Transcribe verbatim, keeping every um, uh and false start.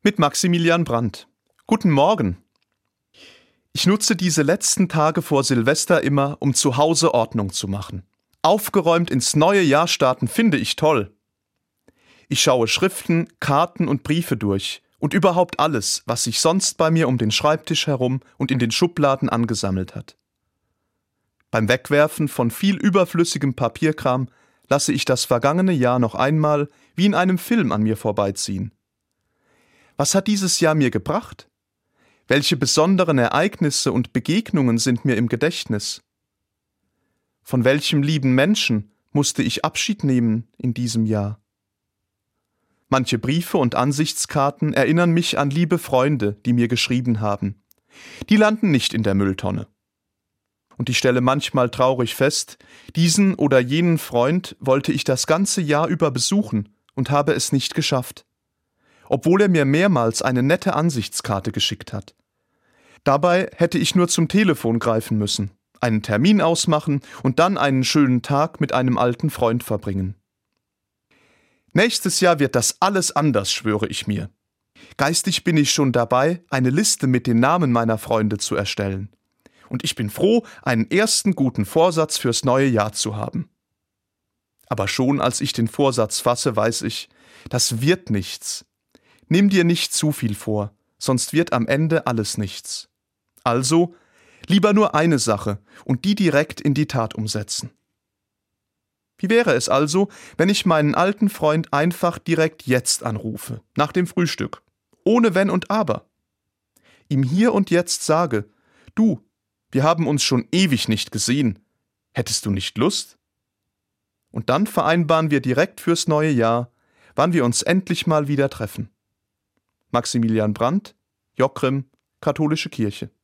Mit Maximilian Brandt. Guten Morgen. Ich nutze diese letzten Tage vor Silvester immer, um zu Hause Ordnung zu machen. Aufgeräumt ins neue Jahr starten finde ich toll. Ich schaue Schriften, Karten und Briefe durch und überhaupt alles, was sich sonst bei mir um den Schreibtisch herum und in den Schubladen angesammelt hat. Beim Wegwerfen von viel überflüssigem Papierkram lasse ich das vergangene Jahr noch einmal wie in einem Film an mir vorbeiziehen. Was hat dieses Jahr mir gebracht? Welche besonderen Ereignisse und Begegnungen sind mir im Gedächtnis? Von welchem lieben Menschen musste ich Abschied nehmen in diesem Jahr? Manche Briefe und Ansichtskarten erinnern mich an liebe Freunde, die mir geschrieben haben. Die landen nicht in der Mülltonne. Und ich stelle manchmal traurig fest, diesen oder jenen Freund wollte ich das ganze Jahr über besuchen und habe es nicht geschafft, obwohl er mir mehrmals eine nette Ansichtskarte geschickt hat. Dabei hätte ich nur zum Telefon greifen müssen, einen Termin ausmachen und dann einen schönen Tag mit einem alten Freund verbringen. Nächstes Jahr wird das alles anders, schwöre ich mir. Geistig bin ich schon dabei, eine Liste mit den Namen meiner Freunde zu erstellen. Und ich bin froh, einen ersten guten Vorsatz fürs neue Jahr zu haben. Aber schon als ich den Vorsatz fasse, weiß ich, das wird nichts. Nimm dir nicht zu viel vor, sonst wird am Ende alles nichts. Also, lieber nur eine Sache und die direkt in die Tat umsetzen. Wie wäre es also, wenn ich meinen alten Freund einfach direkt jetzt anrufe, nach dem Frühstück, ohne Wenn und Aber? Ihm hier und jetzt sage, du, wir haben uns schon ewig nicht gesehen, hättest du nicht Lust? Und dann vereinbaren wir direkt fürs neue Jahr, wann wir uns endlich mal wieder treffen. Maximilian Brandt, Jockrim, Katholische Kirche.